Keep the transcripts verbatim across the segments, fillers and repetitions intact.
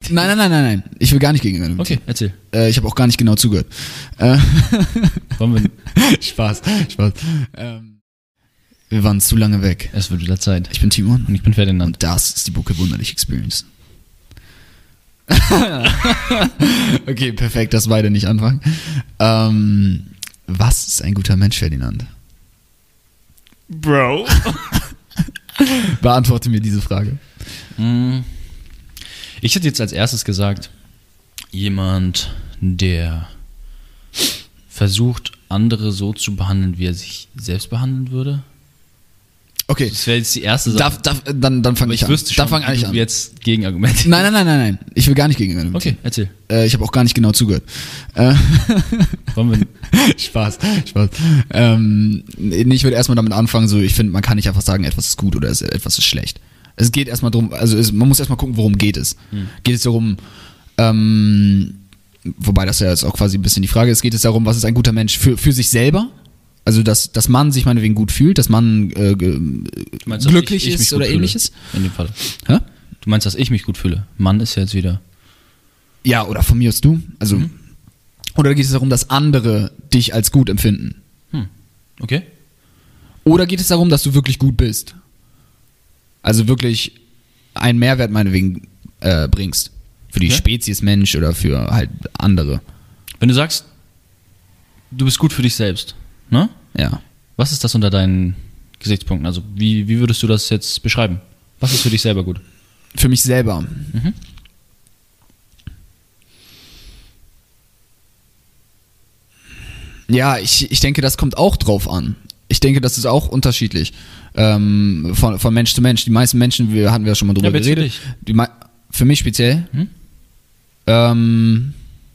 Nein, nein, nein, nein, nein. Ich will gar nicht gegen jemanden. Okay, erzähl. Äh, ich habe auch gar nicht genau zugehört. Äh, Wollen wir... Spaß, Spaß. Ähm, wir waren zu lange weg. Es wird wieder Zeit. Ich bin Timon. Und ich bin Ferdinand. Und das ist die Bucke Wunderlich Experience. Okay, perfekt, dass beide nicht anfangen. Ähm, was ist ein guter Mensch, Ferdinand? Bro. Beantworte mir diese Frage. Ich hätte jetzt als erstes gesagt, jemand, der versucht, andere so zu behandeln, wie er sich selbst behandeln würde. Okay. Das wäre jetzt die erste Sache. Darf, darf, dann dann fange ich, ich an. wüsste schon, Dann fange wie ich du an. jetzt Gegenargumente. Nein, nein, nein, nein, nein. Ich will gar nicht gegen jemanden. Okay, erzähl. Äh, ich habe auch gar nicht genau zugehört. Äh, Wollen wir... Spaß, Spaß. Ähm, nee, ich würde erstmal damit anfangen, so, ich finde, man kann nicht einfach sagen, etwas ist gut oder es- etwas ist schlecht. Es geht erstmal darum, also es, man muss erstmal gucken, worum geht es. Hm. Geht es darum, ähm, wobei das ja jetzt auch quasi ein bisschen die Frage ist, geht es darum, was ist ein guter Mensch für, für sich selber? Also, dass, dass man sich meinetwegen gut fühlt, dass man äh, ge- Du meinst, dass glücklich ich- ich mich ist gut oder fühle, ähnliches. In dem Fall. Hä? Du meinst, dass ich mich gut fühle? Mann ist ja jetzt wieder... Ja, oder von mir aus du. Also, Mhm. oder geht es darum, dass andere dich als gut empfinden? Hm. Okay. Oder geht es darum, dass du wirklich gut bist? Also wirklich einen Mehrwert meinetwegen äh, bringst. Für die Okay. Spezies Mensch oder für halt andere. Wenn du sagst, du bist gut für dich selbst, ne? Ja. Was ist das unter deinen Gesichtspunkten? Also wie, wie würdest du das jetzt beschreiben? Was ist für dich selber gut? Für mich selber. Mhm. Ja, ich, ich denke, das kommt auch drauf an. Ich denke, das ist auch unterschiedlich. Ähm, von, von Mensch zu Mensch. Die meisten Menschen, wir hatten wir ja schon mal drüber Ja, wer für geredet. dich? Die, mei- für mich speziell. Hm? Ähm,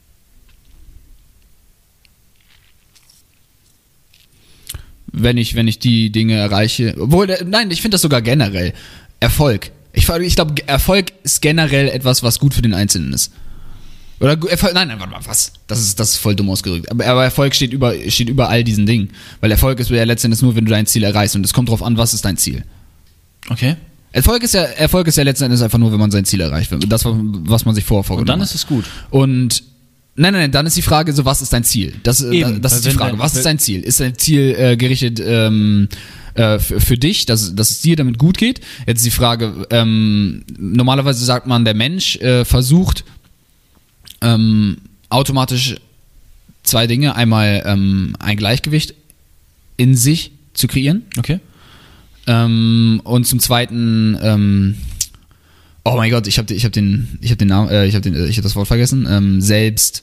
wenn ich, wenn ich die Dinge erreiche. Obwohl, äh, nein, ich finde das sogar generell. Erfolg. Ich, ich glaube, Erfolg ist generell etwas, was gut für den Einzelnen ist. Oder gu- Erfolg, nein, nein, warte mal, was? Das ist, das ist voll dumm ausgedrückt. Aber, aber Erfolg steht über, steht über all diesen Dingen. Weil Erfolg ist ja letztendlich nur, wenn du dein Ziel erreichst. Und es kommt drauf an, was ist dein Ziel. Okay. Erfolg ist ja, Erfolg ist ja letzten Endes einfach nur, wenn man sein Ziel erreicht. Das, was man sich vorher Und vorgenommen dann hat. ist es gut. Und nein, nein, nein, dann ist die Frage so, was ist dein Ziel? Das, äh, Eben, das weil ist die wenn Frage. dein- Was ist dein Ziel? Ist dein Ziel äh, gerichtet ähm, äh, für, für dich, dass, dass es dir damit gut geht? Jetzt ist die Frage, ähm, normalerweise sagt man, der Mensch äh, versucht ähm, automatisch zwei Dinge. Einmal ähm, ein Gleichgewicht in sich zu kreieren. Okay. Ähm, und zum Zweiten, ähm, oh mein Gott, ich habe ich hab den, ich habe den Namen, äh, ich habe den, äh, ich habe das Wort vergessen. Ähm, selbst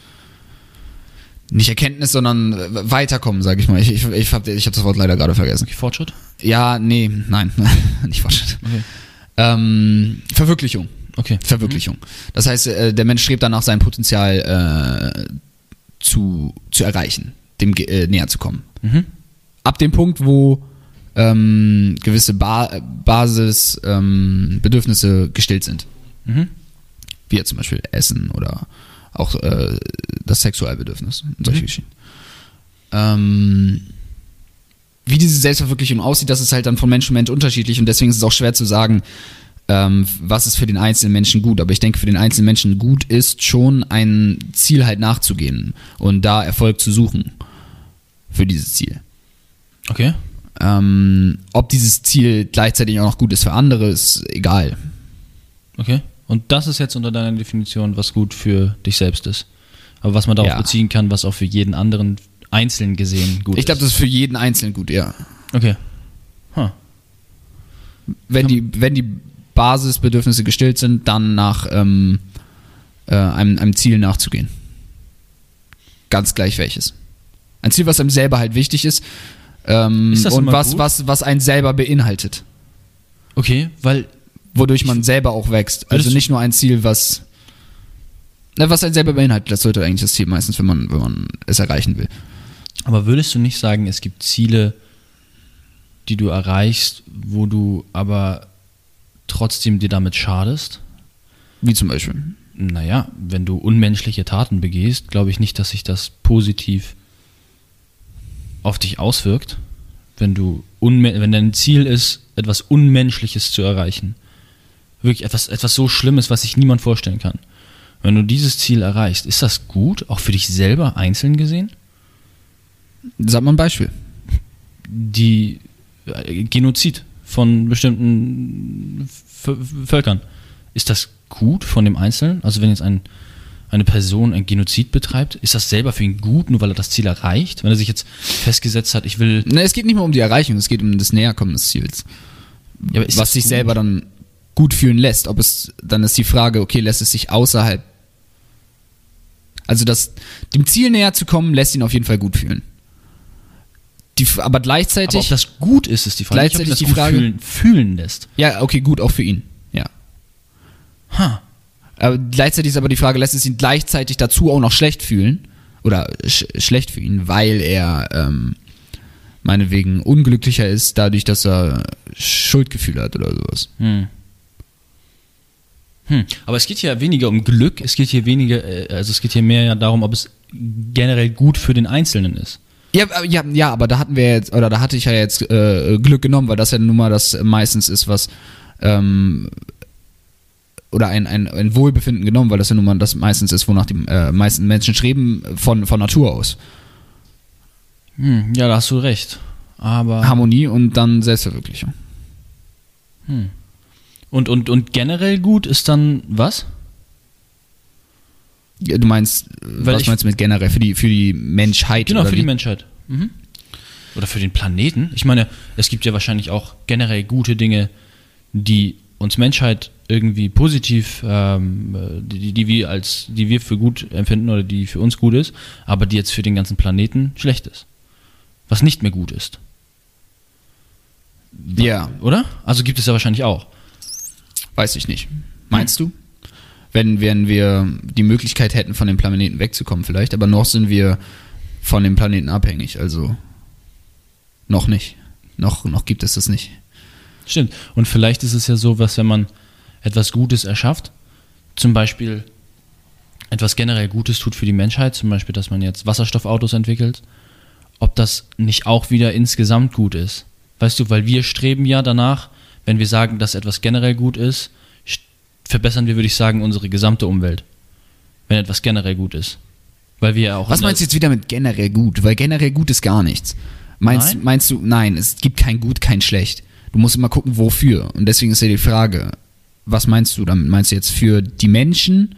nicht Erkenntnis, sondern äh, weiterkommen, sage ich mal. Ich, ich, ich habe ich hab das Wort leider gerade vergessen. Okay, Fortschritt? Ja, nee, nein, nicht Fortschritt. Okay. Ähm, Verwirklichung. Okay. Verwirklichung. Das heißt, äh, der Mensch strebt danach, sein Potenzial äh, zu, zu erreichen, dem ge- äh, näher zu kommen. Mhm. Ab dem Punkt, wo ähm, gewisse ba- Basisbedürfnisse ähm, Bedürfnisse gestillt sind. Mhm. Wie jetzt zum Beispiel Essen oder auch äh, das Sexualbedürfnis und solche Mhm. Geschichten. Ähm, wie diese Selbstverwirklichung aussieht, das ist halt dann von Mensch zu Mensch unterschiedlich und deswegen ist es auch schwer zu sagen, ähm, was ist für den einzelnen Menschen gut. Aber ich denke, für den einzelnen Menschen gut ist schon ein Ziel halt nachzugehen und da Erfolg zu suchen für dieses Ziel. Okay. Ähm, ob dieses Ziel gleichzeitig auch noch gut ist für andere, ist egal. Okay. Und das ist jetzt unter deiner Definition, was gut für dich selbst ist. Aber was man darauf Ja. beziehen kann, was auch für jeden anderen einzeln gesehen gut Ich glaube, ist. das ist für jeden Einzelnen gut, ja. Okay. Huh. Wenn die, wenn die Basisbedürfnisse gestillt sind, dann nach ähm, äh, einem, einem Ziel nachzugehen. Ganz gleich welches. Ein Ziel, was einem selber halt wichtig ist, ähm, Ist das und immer was, gut? was, was einen selber beinhaltet. Okay, weil Wodurch man selber auch wächst. Also Würdest du- nicht nur ein Ziel, was, na, was einen selber beinhaltet. Das sollte eigentlich das Ziel meistens, wenn man, wenn man es erreichen will. Aber würdest du nicht sagen, es gibt Ziele, die du erreichst, wo du aber trotzdem dir damit schadest? Wie zum Beispiel. Naja, wenn du unmenschliche Taten begehst, glaube ich nicht, dass sich das positiv auf dich auswirkt. Wenn du unme- wenn dein Ziel ist, etwas Unmenschliches zu erreichen, wirklich etwas, etwas so Schlimmes, was sich niemand vorstellen kann. Wenn du dieses Ziel erreichst, ist das gut, auch für dich selber einzeln gesehen? Sag mal ein Beispiel. Die äh, Genozid von bestimmten V- Völkern. Ist das gut von dem Einzelnen? Also wenn jetzt ein, eine Person ein Genozid betreibt, ist das selber für ihn gut, nur weil er das Ziel erreicht? Wenn er sich jetzt festgesetzt hat, ich will... Ne, es geht nicht mehr um die Erreichung, es geht um das Näherkommen des Ziels. Ja, aber ist was das sich gut? selber dann gut fühlen lässt. Ob es, dann ist die Frage, okay, lässt es sich außerhalb, also das, dem Ziel näher zu kommen, lässt ihn auf jeden Fall gut fühlen. Die, aber gleichzeitig, Aber ob das gut ist, ist die Frage. Gleichzeitig Nicht, ob das die gut Frage- fühlen, fühlen lässt. ja, okay, gut, auch für ihn, ja. Ha. Aber gleichzeitig ist aber die Frage, lässt es ihn gleichzeitig dazu auch noch schlecht fühlen oder sch schlecht für ihn, weil er ähm, meinetwegen unglücklicher ist, dadurch, dass er Schuldgefühle hat oder sowas. Hm. Hm. Aber es geht hier weniger um Glück, es geht hier weniger, äh, also es geht hier mehr ja darum, ob es generell gut für den Einzelnen ist. Ja, aber- ja, ja, aber da hatten wir jetzt, oder da hatte ich ja jetzt äh, Glück genommen, weil das ja nun mal das meistens ist, was ähm, oder ein, ein, ein Wohlbefinden genommen, weil das ja nun mal das meistens ist, wonach die äh, meisten Menschen streben von, von Natur aus. Hm. Ja, da hast du recht. Aber Harmonie und dann Selbstverwirklichung. hm. und, und, und generell gut ist dann was? Ja, du meinst, Weil was ich- meinst du mit generell? Für die, für die Menschheit? Genau, oder für die wie? Menschheit. Mhm. Oder für den Planeten. Ich meine, es gibt ja wahrscheinlich auch generell gute Dinge, die uns Menschheit irgendwie positiv, ähm, die, die wir als, die wir für gut empfinden oder die für uns gut ist, aber die jetzt für den ganzen Planeten schlecht ist. Was nicht mehr gut ist. Ja, Oder? Also gibt es ja wahrscheinlich auch. weiß ich nicht. Meinst du? Wenn, wenn wir die Möglichkeit hätten, von dem Planeten wegzukommen vielleicht, aber noch sind wir von dem Planeten abhängig, also noch nicht. Noch, noch gibt es das nicht. Stimmt. Und vielleicht ist es ja so, was wenn man etwas Gutes erschafft, zum Beispiel etwas generell Gutes tut für die Menschheit, zum Beispiel, dass man jetzt Wasserstoffautos entwickelt, ob das nicht auch wieder insgesamt gut ist. Weißt du, weil wir streben ja danach, wenn wir sagen, dass etwas generell gut ist, st- verbessern wir, würde ich sagen, unsere gesamte Umwelt. Wenn etwas generell gut ist. Weil wir ja auch... Was in der- meinst du jetzt wieder mit generell gut? Weil generell gut ist gar nichts. Meinst, Nein? meinst du, nein, es gibt kein gut, kein schlecht. Du musst immer gucken, wofür. Und deswegen ist ja die Frage, was meinst du damit? Meinst du jetzt für die Menschen,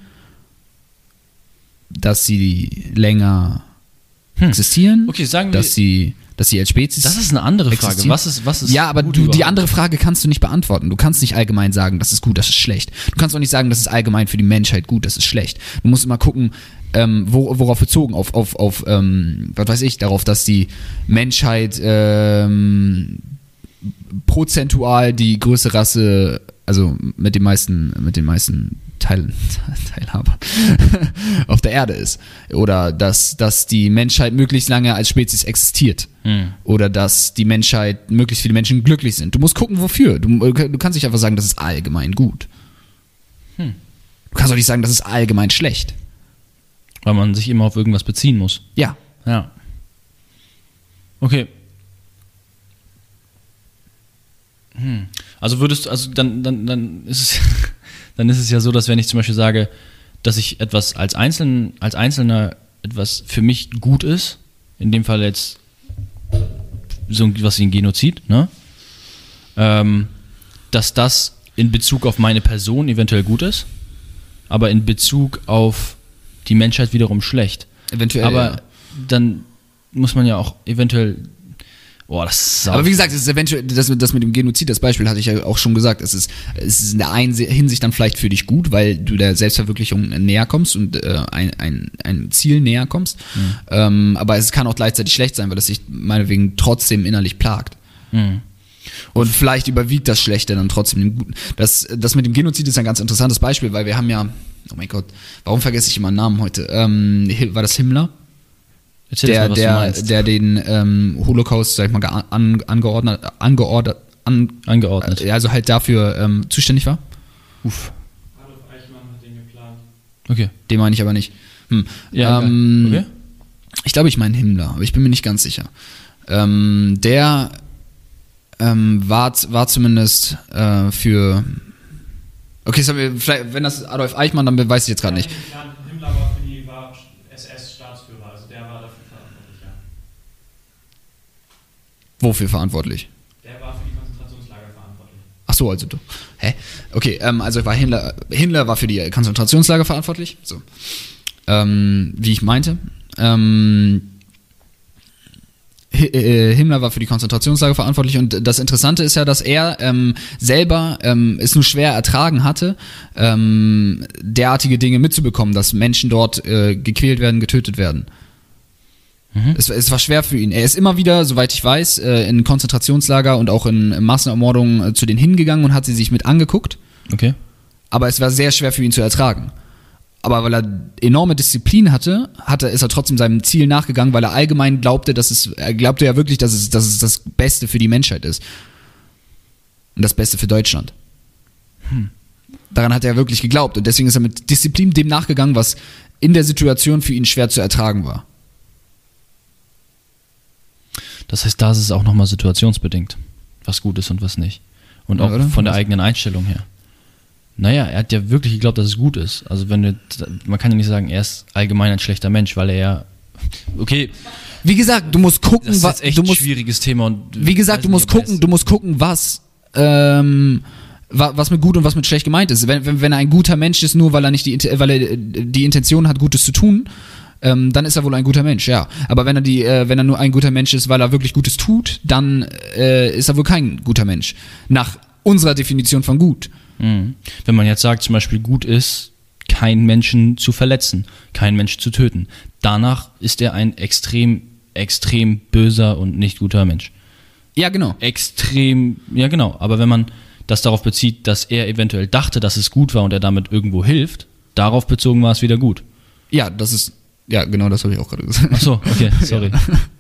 dass sie länger Hm. existieren? Okay, sagen wir... dass sie, dass sie als Spezies Das ist eine andere Frage. existieren? Was ist, was ist Ja, aber gut du, die überhaupt? andere Frage kannst du nicht beantworten. Du kannst nicht allgemein sagen, das ist gut, das ist schlecht. Du kannst auch nicht sagen, das ist allgemein für die Menschheit gut, das ist schlecht. Du musst immer gucken, ähm, wo, worauf bezogen, auf, auf, auf ähm, was weiß ich, darauf, dass die Menschheit ähm, prozentual die größte Rasse, also mit den meisten, mit den meisten Teil, Teilhabern auf der Erde ist. Oder dass, dass die Menschheit möglichst lange als Spezies existiert. Hm. Oder dass die Menschheit, möglichst viele Menschen glücklich sind. Du musst gucken, wofür. Du, du kannst nicht einfach sagen, das ist allgemein gut. Hm. Du kannst auch nicht sagen, das ist allgemein schlecht. Weil man sich immer auf irgendwas beziehen muss. Ja. Ja. Okay. Hm. Also würdest du, also dann, dann, dann ist es, dann ist es ja so, dass wenn ich zum Beispiel sage, dass ich etwas als Einzelnen, als Einzelner etwas für mich gut ist, in dem Fall jetzt so was wie ein Genozid, ne? Ähm, dass das in Bezug auf meine Person eventuell gut ist, aber in Bezug auf die Menschheit wiederum schlecht. Eventuell. Aber ja. dann muss man ja auch eventuell. Boah, das ist sau. Aber wie gesagt, es ist eventuell, das, das mit dem Genozid, das Beispiel hatte ich ja auch schon gesagt, es ist, es ist in der einen Hinsicht dann vielleicht für dich gut, weil du der Selbstverwirklichung näher kommst und äh, ein, ein, ein Ziel näher kommst. Mhm. Ähm, aber es kann auch gleichzeitig schlecht sein, weil es dich meinetwegen trotzdem innerlich plagt. Mhm. Und vielleicht überwiegt das Schlechte dann trotzdem den Guten. Das, das mit dem Genozid ist ein ganz interessantes Beispiel, weil wir haben ja, oh mein Gott, warum vergesse ich immer einen Namen heute? Ähm, war das Himmler? Erzähl Der, mal, was du der, meinst. der den ähm, Holocaust, sag ich mal, ge- an, angeordnet, angeordnet, an, Angeordnet. äh, also halt dafür ähm, zuständig war. Uff. Adolf Eichmann hat den geplant. Okay. Den meine ich aber nicht. Hm. Ja, ähm, okay. Ich glaube, ich meine Himmler, aber ich bin mir nicht ganz sicher. Ähm, der ähm, war, war zumindest äh, für, Okay, das haben wir, vielleicht, wenn das Adolf Eichmann, dann weiß ich jetzt gerade nicht. Himmler war für die war S S-Staatsführer, also der war dafür verantwortlich, ja. Wofür verantwortlich? Der war für die Konzentrationslager verantwortlich. Ach so, also du. Hä? Okay, ähm, also war Himmler, Himmler war für die Konzentrationslager verantwortlich. So. Ähm, wie ich meinte. Ähm, Himmler war für die Konzentrationslager verantwortlich und das Interessante ist ja, dass er ähm, selber ähm, es nur schwer ertragen hatte, ähm, derartige Dinge mitzubekommen, dass Menschen dort äh, gequält werden, getötet werden. Mhm. Es, es war schwer für ihn. Er ist immer wieder, soweit ich weiß, äh, in Konzentrationslager und auch in Massenermordungen äh, zu denen hingegangen und hat sie sich mit angeguckt. Okay. Aber es war sehr schwer für ihn zu ertragen. Aber weil er enorme Disziplin hatte, hatte, ist er trotzdem seinem Ziel nachgegangen, weil er allgemein glaubte, dass es, er glaubte ja wirklich, dass es, dass es das Beste für die Menschheit ist. Und das Beste für Deutschland. Hm. Daran hat er wirklich geglaubt. Und deswegen ist er mit Disziplin dem nachgegangen, was in der Situation für ihn schwer zu ertragen war. Das heißt, da ist es auch nochmal situationsbedingt, was gut ist und was nicht. Und auch ja, von der eigenen Einstellung her. Naja, er hat ja wirklich geglaubt, dass es gut ist. Also wenn du, man kann ja nicht sagen, er ist allgemein ein schlechter Mensch, weil er ja, okay. Wie gesagt, du musst gucken, das ist was, echt du musst, ein schwieriges Thema. Und wie gesagt, du musst gucken, du musst gucken, was, ähm, was mit gut und was mit schlecht gemeint ist. Wenn, wenn, wenn er ein guter Mensch ist, nur weil er nicht die, weil er die Intention hat, Gutes zu tun, ähm, dann ist er wohl ein guter Mensch, ja. Aber wenn er die, äh, wenn er nur ein guter Mensch ist, weil er wirklich Gutes tut, dann äh, ist er wohl kein guter Mensch. Nach unserer Definition von gut. Mhm. Wenn man jetzt sagt, zum Beispiel gut ist, keinen Menschen zu verletzen, keinen Menschen zu töten, danach ist er ein extrem, extrem böser und nicht guter Mensch. Ja, genau. Extrem, ja genau. Aber wenn man das darauf bezieht, dass er eventuell dachte, dass es gut war und er damit irgendwo hilft, darauf bezogen war es wieder gut. Ja, das ist, ja genau, das habe ich auch gerade gesagt. Ach so, okay, sorry.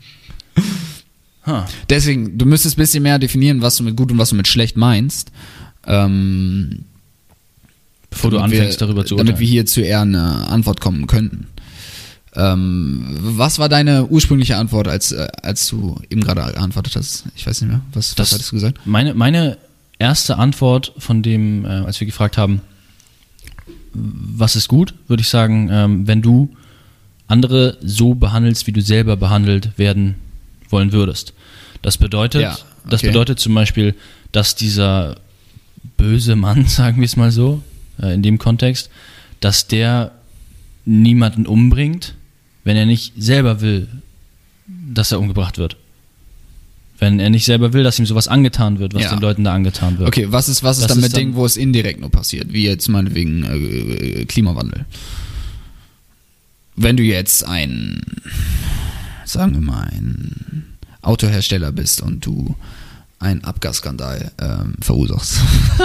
Huh. Deswegen, du müsstest ein bisschen mehr definieren, was du mit gut und was du mit schlecht meinst. Ähm, Bevor du anfängst, wir, darüber zu urteilen. Damit wir hier zu eher eine Antwort kommen könnten. Ähm, was war deine ursprüngliche Antwort, als, als du eben gerade geantwortet hast? Ich weiß nicht mehr. Was, das, was hattest du gesagt? Meine, meine erste Antwort von dem, äh, als wir gefragt haben, was ist gut, würde ich sagen, ähm, wenn du andere so behandelst, wie du selber behandelt werden wollen würdest. Das bedeutet, ja, okay. das bedeutet zum Beispiel, dass dieser böse Mann, sagen wir es mal so, äh, in dem Kontext, dass der niemanden umbringt, wenn er nicht selber will, dass er umgebracht wird. Wenn er nicht selber will, dass ihm sowas angetan wird, was ja. den Leuten da angetan wird. Okay, was ist, was ist das dann ist mit dann, Dingen, wo es indirekt nur passiert, wie jetzt meinetwegen äh, Klimawandel? Wenn du jetzt ein, sagen wir mal, ein Autohersteller bist und du einen Abgasskandal ähm, verursachst.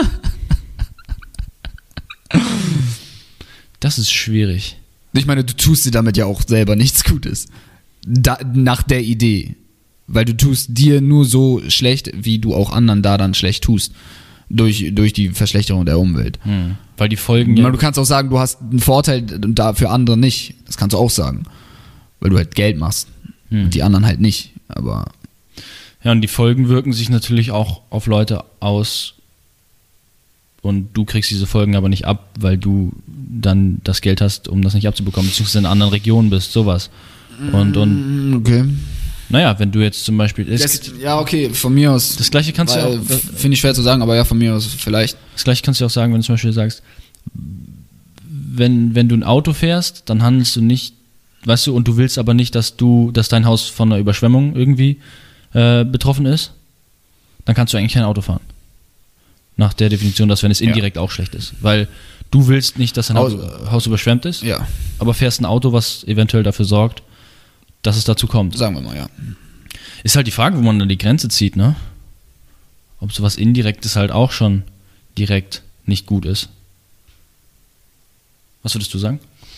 Das ist schwierig. Ich meine, du tust dir damit ja auch selber nichts Gutes. Da, nach der Idee. Weil du tust dir nur so schlecht, wie du auch anderen da dann schlecht tust. Durch, durch die Verschlechterung der Umwelt. Hm. Weil die Folgen ja. Du kannst auch sagen, du hast einen Vorteil und da für andere nicht. Das kannst du auch sagen. Weil du halt Geld machst. Hm. Und die anderen halt nicht. Aber. Ja, und die Folgen wirken sich natürlich auch auf Leute aus. Und du kriegst diese Folgen aber nicht ab, weil du dann das Geld hast, um das nicht abzubekommen, beziehungsweise in anderen Regionen bist, sowas. Und, und okay. Naja, wenn du jetzt zum Beispiel... Das, ja, okay, von mir aus... Das Gleiche kannst du ja auch... Finde ich schwer zu sagen, aber ja, von mir aus vielleicht. Das Gleiche kannst du auch sagen, wenn du zum Beispiel sagst, wenn, wenn du ein Auto fährst, dann handelst du nicht, weißt du, und du willst aber nicht, dass du, dass dein Haus von einer Überschwemmung irgendwie äh, betroffen ist, dann kannst du eigentlich kein Auto fahren. Nach der Definition, dass wenn es indirekt ja. auch schlecht ist. Weil du willst nicht, dass dein Haus, Haus überschwemmt ist, ja. aber fährst ein Auto, was eventuell dafür sorgt, dass es dazu kommt. Sagen wir mal, ja. Ist halt die Frage, wo man dann die Grenze zieht, ne? Ob sowas Indirektes halt auch schon direkt nicht gut ist. Was würdest du sagen?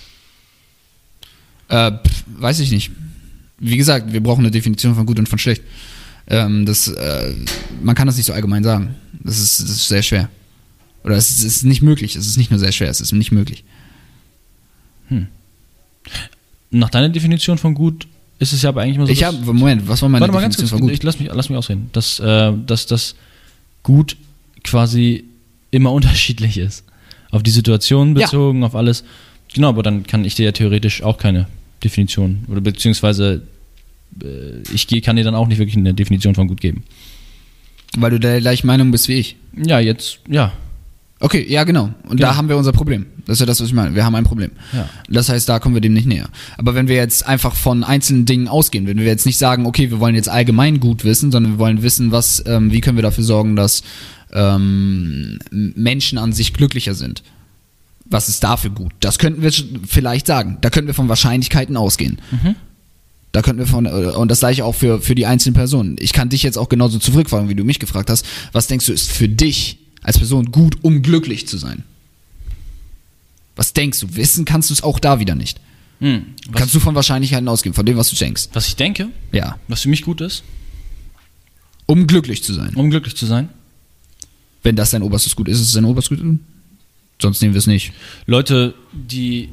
Äh, pf, weiß ich nicht. Wie gesagt, wir brauchen eine Definition von gut und von schlecht. Ähm, das, äh, man kann das nicht so allgemein sagen. Das ist, das ist sehr schwer. Oder es ist, es ist nicht möglich. Es ist nicht nur sehr schwer, es ist nicht möglich. Hm. Nach deiner Definition von gut ist es ja aber eigentlich immer so. Ich habe, Moment, was war meine warte mal Definition ganz kurz, von gut? Ich, lass, mich, lass mich ausreden. Dass, äh, dass das gut quasi immer unterschiedlich ist. auf die Situation Ja. bezogen, auf alles. Genau, aber dann kann ich dir ja theoretisch auch keine Definition oder beziehungsweise äh, ich geh- kann dir dann auch nicht wirklich eine Definition von gut geben. Weil du der gleichen Meinung bist wie ich. Ja, jetzt, ja. Okay, ja, genau. Und Genau. da haben wir unser Problem. Das ist ja das, was ich meine. Wir haben ein Problem. Ja. Das heißt, da kommen wir dem nicht näher. Aber wenn wir jetzt einfach von einzelnen Dingen ausgehen, wenn wir jetzt nicht sagen, okay, wir wollen jetzt allgemein gut wissen, sondern wir wollen wissen, was, ähm, wie können wir dafür sorgen, dass ähm, Menschen an sich glücklicher sind. Was ist dafür gut? Das könnten wir sch- vielleicht sagen. Da könnten wir von Wahrscheinlichkeiten ausgehen. Mhm. Da könnten wir von, und das gleiche auch für, für die einzelnen Personen. Ich kann dich jetzt auch genauso zurückfragen, wie du mich gefragt hast. Was denkst du, ist für dich als Person gut, um glücklich zu sein? Was denkst du? Wissen kannst du es auch da wieder nicht. Hm. Was, Kannst du von Wahrscheinlichkeiten ausgehen, von dem, was du denkst? was ich denke, Ja. was für mich gut ist, Um glücklich zu sein. um glücklich zu sein. Wenn das dein oberstes Gut ist, ist es dein oberstes Gut? Sonst nehmen wir es nicht. Leute, die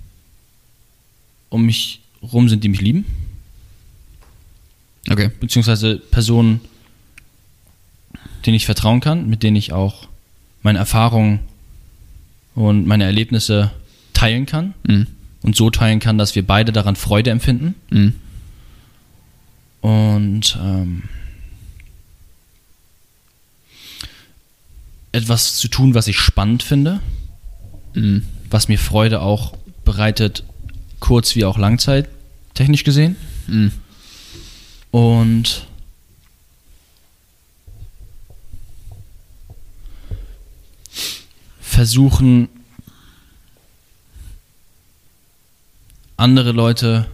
um mich rum sind, die mich lieben, Okay. beziehungsweise Personen, denen ich vertrauen kann, mit denen ich auch meine Erfahrungen und meine Erlebnisse teilen kann Mhm. und so teilen kann, dass wir beide daran Freude empfinden Mhm. und ähm, etwas zu tun, was ich spannend finde, Mhm. was mir Freude auch bereitet, kurz- wie auch Langzeit, technisch gesehen. Mhm. Und versuchen, andere Leute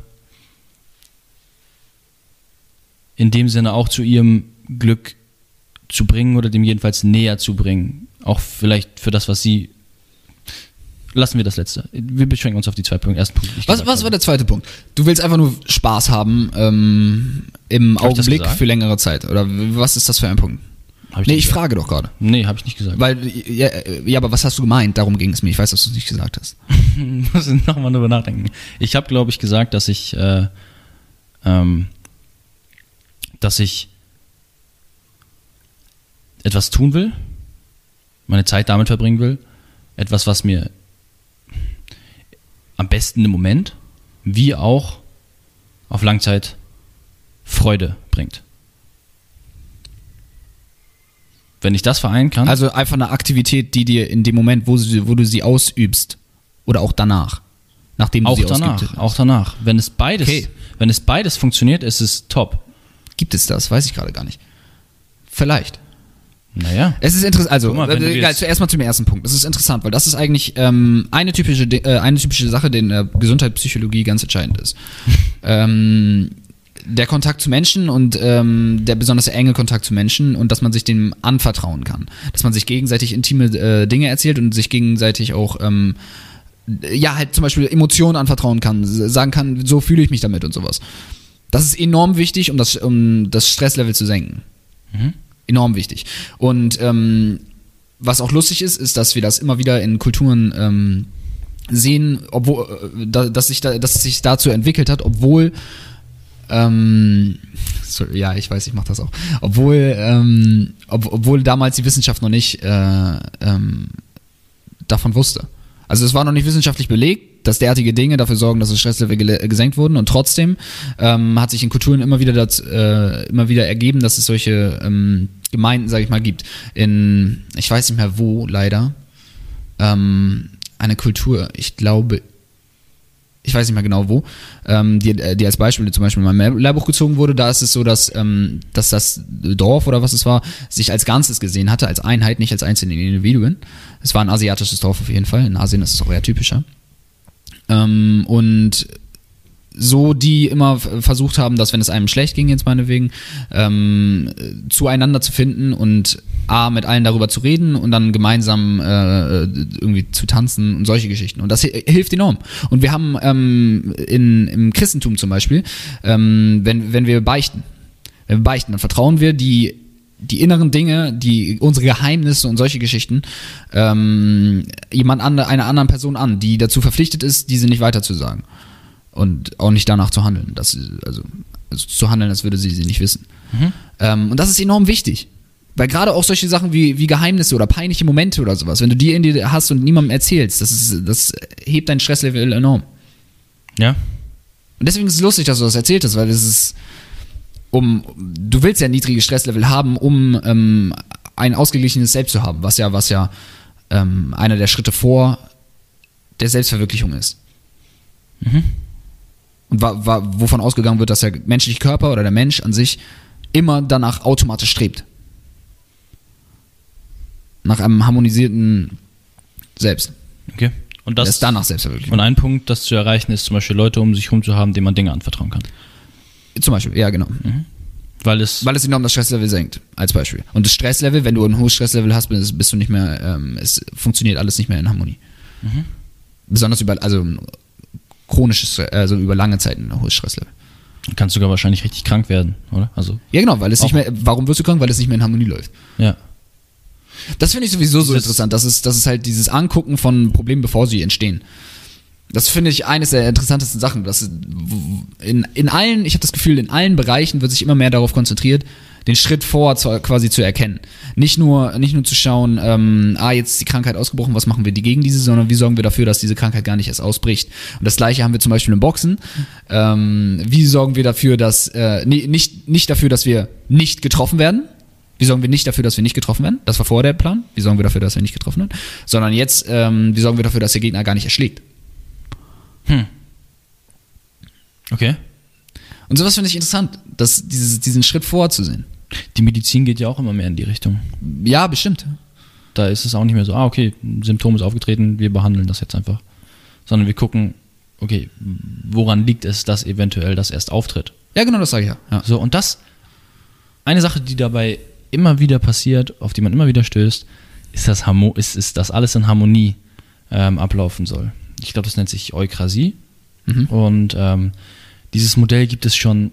in dem Sinne auch zu ihrem Glück zu bringen oder dem jedenfalls näher zu bringen. Auch vielleicht für das, was sie... Lassen wir das letzte. Wir beschränken uns auf die zwei Punkte. Ersten Punkt. die ich Was, gesagt was habe. war der zweite Punkt? Du willst einfach nur Spaß haben ähm, im Hab ich das Augenblick gesagt? für längere Zeit. Oder was ist das für ein Punkt? Hab ich Nee, nicht ich gesagt. frage doch gerade. Nee, habe ich nicht gesagt. Weil, ja, ja, aber was hast du gemeint? Darum ging es mir. Ich weiß, dass du es nicht gesagt hast. Muss ich nochmal drüber nachdenken. Ich habe, glaube ich, gesagt, dass ich, äh, ähm, dass ich etwas tun will, meine Zeit damit verbringen will, etwas, was mir am besten im Moment, wie auch auf Langzeit Freude bringt. Wenn ich das vereinen kann, Also einfach eine Aktivität, die dir in dem Moment, wo, sie, wo du sie ausübst, oder auch danach, nachdem du auch sie danach, ausgeübt hast. auch danach. Wenn es beides, Okay. wenn es beides funktioniert, ist es top. Gibt es das? Weiß ich gerade gar nicht. Vielleicht. Naja. Es ist interessant, also Guck mal, wenn du äh, jetzt- zuerst mal zum ersten Punkt. Das ist interessant, weil das ist eigentlich ähm, eine typische Di- äh, eine typische Sache, die in der Gesundheitspsychologie ganz entscheidend ist. ähm, der Kontakt zu Menschen und ähm, der besonders enge Kontakt zu Menschen und dass man sich dem anvertrauen kann. Dass man sich gegenseitig intime äh, Dinge erzählt und sich gegenseitig auch ähm, ja, halt zum Beispiel Emotionen anvertrauen kann, s- sagen kann, so fühle ich mich damit und sowas. Das ist enorm wichtig, um das, um das Stresslevel zu senken. Mhm. Enorm wichtig. Und ähm, was auch lustig ist, ist, dass wir das immer wieder in Kulturen ähm, sehen, obwohl, äh, da, dass, sich da, dass es sich dazu entwickelt hat, obwohl ähm, so, ja, ich weiß, ich mache das auch. Obwohl, ähm, ob, obwohl damals die Wissenschaft noch nicht äh, ähm, davon wusste. Also es war noch nicht wissenschaftlich belegt, dass derartige Dinge dafür sorgen, dass das Stresslevel gele- gesenkt wurden und trotzdem ähm, hat sich in Kulturen immer wieder das, äh, immer wieder ergeben, dass es solche ähm, Gemeinden, sage ich mal, gibt. In, ich weiß nicht mehr wo, leider, ähm, eine Kultur, ich glaube, ich weiß nicht mehr genau wo, ähm, die, die als Beispiel zum Beispiel in meinem Lehrbuch gezogen wurde, da ist es so, dass, ähm, dass das Dorf oder was es war, sich als Ganzes gesehen hatte, als Einheit, nicht als einzelne Individuen. Es war ein asiatisches Dorf auf jeden Fall, in Asien ist es auch eher typischer. Ähm, und so die immer f- versucht haben, dass wenn es einem schlecht ging, jetzt meinetwegen, ähm, zueinander zu finden und A, mit allen darüber zu reden und dann gemeinsam äh, irgendwie zu tanzen und solche Geschichten. Und das hi- hilft enorm. Und wir haben ähm, in, im Christentum zum Beispiel, ähm, wenn, wenn wir beichten, wenn wir beichten, dann vertrauen wir die die inneren Dinge, die unsere Geheimnisse und solche Geschichten ähm, jemand andere, einer anderen Person an, die dazu verpflichtet ist, diese nicht weiterzusagen und auch nicht danach zu handeln. Das, also, also zu handeln, als würde sie sie nicht wissen. Mhm. Ähm, und das ist enorm wichtig. Weil gerade auch solche Sachen wie, wie Geheimnisse oder peinliche Momente oder sowas, wenn du die in dir hast und niemandem erzählst, das, ist, das hebt dein Stresslevel enorm. Ja. Und deswegen ist es lustig, dass du das erzählt hast, weil das ist, um, du willst ja ein niedriges Stresslevel haben, um ähm, ein ausgeglichenes Selbst zu haben, was ja, was ja ähm, einer der Schritte vor der Selbstverwirklichung ist. Mhm. Und wa, wa, wovon ausgegangen wird, dass der menschliche Körper oder der Mensch an sich immer danach automatisch strebt. Nach einem harmonisierten Selbst. Okay. Und das Das ist danach Selbstverwirklichung. Und ein Punkt, das zu erreichen, ist zum Beispiel Leute um sich herum zu haben, denen man Dinge anvertrauen kann. Zum Beispiel, ja, genau. Mhm. Weil es. Weil es enorm das Stresslevel senkt, als Beispiel. Und das Stresslevel, wenn du ein hohes Stresslevel hast, bist, bist du nicht mehr, ähm, es funktioniert alles nicht mehr in Harmonie. Mhm. Besonders über, also chronisches, also über lange Zeit ein hohes Stresslevel. Kannst sogar wahrscheinlich richtig krank werden, oder? Also. Ja, genau, weil es Auch. nicht mehr, warum wirst du krank? Weil es nicht mehr in Harmonie läuft. Ja. Das finde ich sowieso so Das- interessant, dass es, dass es halt dieses Angucken von Problemen, bevor sie entstehen. Das finde ich eines der interessantesten Sachen. Dass in, in allen, ich habe das Gefühl, in allen Bereichen wird sich immer mehr darauf konzentriert, den Schritt vor zu, quasi zu erkennen. Nicht nur, nicht nur zu schauen, ähm, ah, jetzt ist die Krankheit ausgebrochen, was machen wir die gegen diese, sondern wie sorgen wir dafür, dass diese Krankheit gar nicht erst ausbricht. Und das Gleiche haben wir zum Beispiel im Boxen. Ähm, wie sorgen wir dafür, dass, äh, nee, nicht, nicht dafür, dass wir nicht getroffen werden. Wie sorgen wir nicht dafür, dass wir nicht getroffen werden? Das war vorher der Plan. Wie sorgen wir dafür, dass wir nicht getroffen werden? Sondern jetzt, ähm, wie sorgen wir dafür, dass der Gegner gar nicht erschlägt? Hm. Okay. Und sowas finde ich interessant, dass dieses, diesen Schritt vorzusehen. Die Medizin geht ja auch immer mehr in die Richtung. Ja, bestimmt. Da ist es auch nicht mehr so, ah, okay, ein Symptom ist aufgetreten, wir behandeln das jetzt einfach. Sondern wir gucken, okay, woran liegt es, dass eventuell das erst auftritt? Ja, genau, das sage ich ja. ja. So, und das, eine Sache, die dabei immer wieder passiert, auf die man immer wieder stößt, ist, dass, Harmo- ist, ist, dass alles in Harmonie ähm, ablaufen soll. Ich glaube, das nennt sich Eukrasie. Mhm. Und ähm, dieses Modell gibt es schon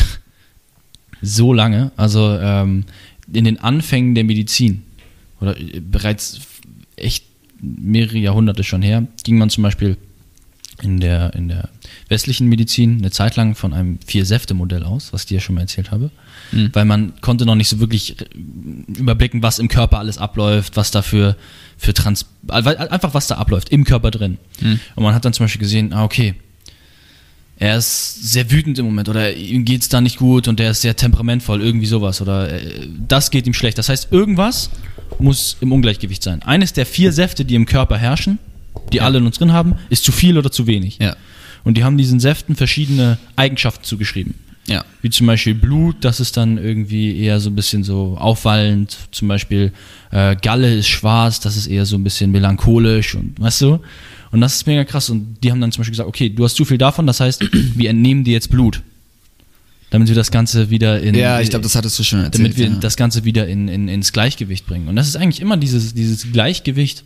so lange, also ähm, in den Anfängen der Medizin oder bereits echt mehrere Jahrhunderte schon her, ging man zum Beispiel in der, in der westlichen Medizin eine Zeit lang von einem Vier-Säfte-Modell aus, was ich dir ja schon mal erzählt habe, Mhm. weil man konnte noch nicht so wirklich überblicken, was im Körper alles abläuft, was da für, für Trans... einfach was da abläuft, im Körper drin. Mhm. Und man hat dann zum Beispiel gesehen, ah, okay, er ist sehr wütend im Moment oder ihm geht es da nicht gut und der ist sehr temperamentvoll, irgendwie sowas oder äh, das geht ihm schlecht. Das heißt, irgendwas muss im Ungleichgewicht sein. Eines der vier Säfte, die im Körper herrschen, die Ja. alle in uns drin haben, ist zu viel oder zu wenig. Ja. Und die haben diesen Säften verschiedene Eigenschaften zugeschrieben. Ja. Wie zum Beispiel Blut, das ist dann irgendwie eher so ein bisschen so aufwallend. Zum Beispiel äh, Galle ist schwarz, das ist eher so ein bisschen melancholisch und weißt du? Und das ist mega krass. Und die haben dann zum Beispiel gesagt, okay, du hast zu viel davon, das heißt, wir entnehmen dir jetzt Blut. Damit wir das Ganze wieder in... Ja, ich glaube, das hattest du schon erzählt. damit wir ja. das Ganze wieder in, in, ins Gleichgewicht bringen. Und das ist eigentlich immer dieses, dieses Gleichgewicht,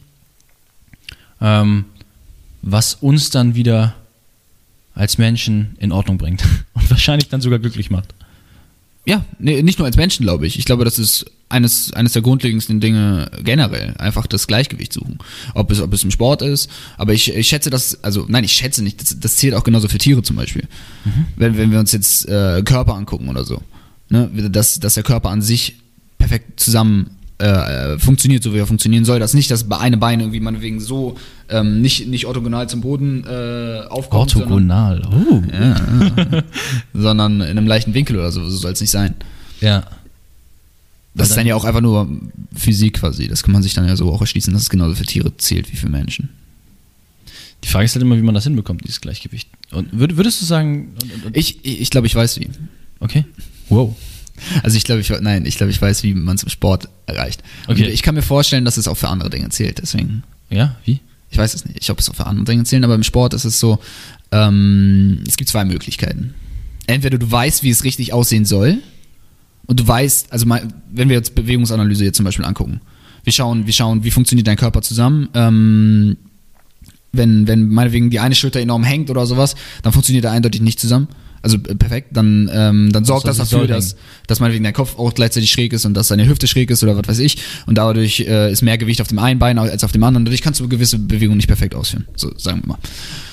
ähm, was uns dann wieder als Menschen in Ordnung bringt und wahrscheinlich dann sogar glücklich macht. Ja, nee, nicht nur als Menschen, glaube ich. Ich glaube, das ist eines, eines der grundlegendsten Dinge generell. Einfach das Gleichgewicht suchen. Ob es, ob es im Sport ist. Aber ich, ich schätze das, also nein, ich schätze nicht, das, das zählt auch genauso für Tiere zum Beispiel. Mhm. Wenn, wenn wir uns jetzt äh, Körper angucken oder so. Ne? Dass, dass der Körper an sich perfekt zusammen äh, funktioniert, so wie er funktionieren soll. Dass nicht das eine Bein irgendwie meinetwegen so ähm, nicht, nicht orthogonal zum Boden äh, aufkommt. Orthogonal, oh. Sondern, ja, ja, sondern in einem leichten Winkel oder so, so soll es nicht sein. Ja. Das ist dann ja auch einfach nur Physik quasi. Das kann man sich dann ja so auch erschließen, dass es genauso für Tiere zählt wie für Menschen. Die Frage ist halt immer, wie man das hinbekommt, dieses Gleichgewicht. Und würd, würdest du sagen... Ich, ich glaube, ich weiß wie. Okay. Wow. Also ich glaube, ich nein, ich glaube, ich weiß, wie man es im Sport erreicht. Okay. Und ich kann mir vorstellen, dass es auch für andere Dinge zählt. Deswegen. Ja, wie? Ich weiß es nicht. Ich glaube, es auch für andere Dinge zählen, aber im Sport ist es so, ähm, es gibt zwei Möglichkeiten. Entweder du weißt, wie es richtig aussehen soll, und du weißt, also mal, wenn wir jetzt Bewegungsanalyse jetzt zum Beispiel angucken, wir schauen, wir schauen, wie funktioniert dein Körper zusammen, ähm, wenn, wenn meinetwegen die eine Schulter enorm hängt oder sowas, dann funktioniert er eindeutig nicht zusammen. Also äh, perfekt, dann, ähm, dann sorgt das dafür, dass, dass meinetwegen dein Kopf auch gleichzeitig schräg ist und dass deine Hüfte schräg ist oder was weiß ich. Und dadurch äh, ist mehr Gewicht auf dem einen Bein als auf dem anderen. Dadurch kannst du gewisse Bewegungen nicht perfekt ausführen. So, sagen wir mal.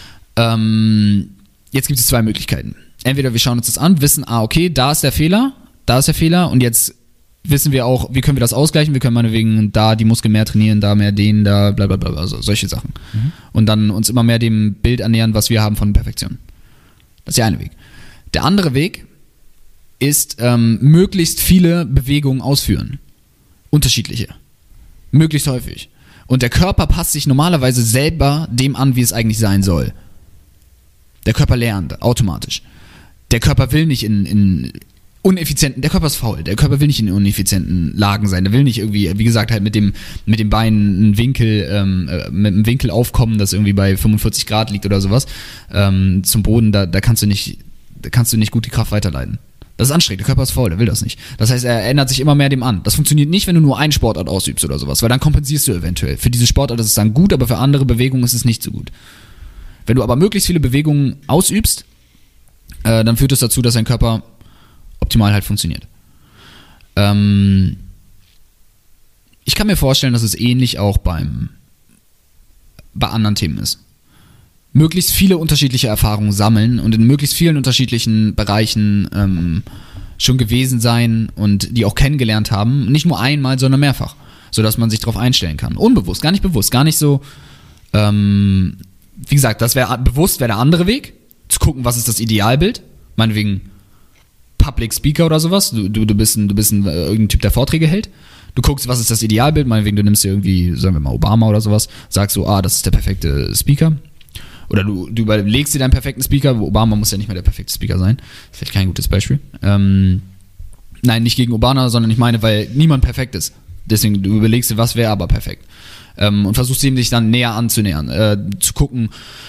Ähm, jetzt gibt es zwei Möglichkeiten. Entweder wir schauen uns das an, wissen, ah, okay, da ist der Fehler, da ist der Fehler und jetzt wissen wir auch, wie können wir das ausgleichen? Wir können meinetwegen da die Muskeln mehr trainieren, da mehr dehnen, da bla bla bla, also solche Sachen. Mhm. Und dann uns immer mehr dem Bild annähern, was wir haben von Perfektion. Das ist der eine Weg. Der andere Weg ist, ähm, möglichst viele Bewegungen ausführen. Unterschiedliche. Möglichst häufig. Und der Körper passt sich normalerweise selber dem an, wie es eigentlich sein soll. Der Körper lernt automatisch. Der Körper will nicht in, in uneffizienten, der Körper ist faul, der Körper will nicht in uneffizienten Lagen sein, der will nicht irgendwie, wie gesagt, halt mit dem, mit dem Bein einen Winkel, ähm, mit einem Winkel aufkommen, das irgendwie bei fünfundvierzig Grad liegt oder sowas, ähm, zum Boden, da, da kannst du nicht, da kannst du nicht gut die Kraft weiterleiten. Das ist anstrengend, der Körper ist faul, der will das nicht. Das heißt, er ändert sich immer mehr dem an. Das funktioniert nicht, wenn du nur einen Sportart ausübst oder sowas, weil dann kompensierst du eventuell. Für diese Sportart ist es dann gut, aber für andere Bewegungen ist es nicht so gut. Wenn du aber möglichst viele Bewegungen ausübst, äh, dann führt es dazu, dass dein Körper optimal halt funktioniert. Ähm, ich kann mir vorstellen, dass es ähnlich auch beim bei anderen Themen ist. Möglichst viele unterschiedliche Erfahrungen sammeln und in möglichst vielen unterschiedlichen Bereichen ähm, schon gewesen sein und die auch kennengelernt haben. Nicht nur einmal, sondern mehrfach. Sodass man sich darauf einstellen kann. Unbewusst, gar nicht bewusst, gar nicht so, ähm, wie gesagt, das wäre bewusst, wäre der andere Weg, zu gucken, was ist das Idealbild. Meinetwegen Public Speaker oder sowas. Du, du, du bist ein, du bist ein, äh, irgendein Typ, der Vorträge hält. Du guckst, was ist das Idealbild. Meinetwegen, du nimmst dir irgendwie, sagen wir mal, Obama oder sowas. Sagst so, ah, das ist der perfekte Speaker. Oder du, du überlegst dir deinen perfekten Speaker. Obama muss ja nicht mehr der perfekte Speaker sein. Das ist vielleicht kein gutes Beispiel. Ähm, nein, nicht gegen Obama, sondern ich meine, weil niemand perfekt ist. Deswegen, du überlegst dir, was wäre aber perfekt. Ähm, und versuchst ihm dich dann näher anzunähern. Äh, zu gucken,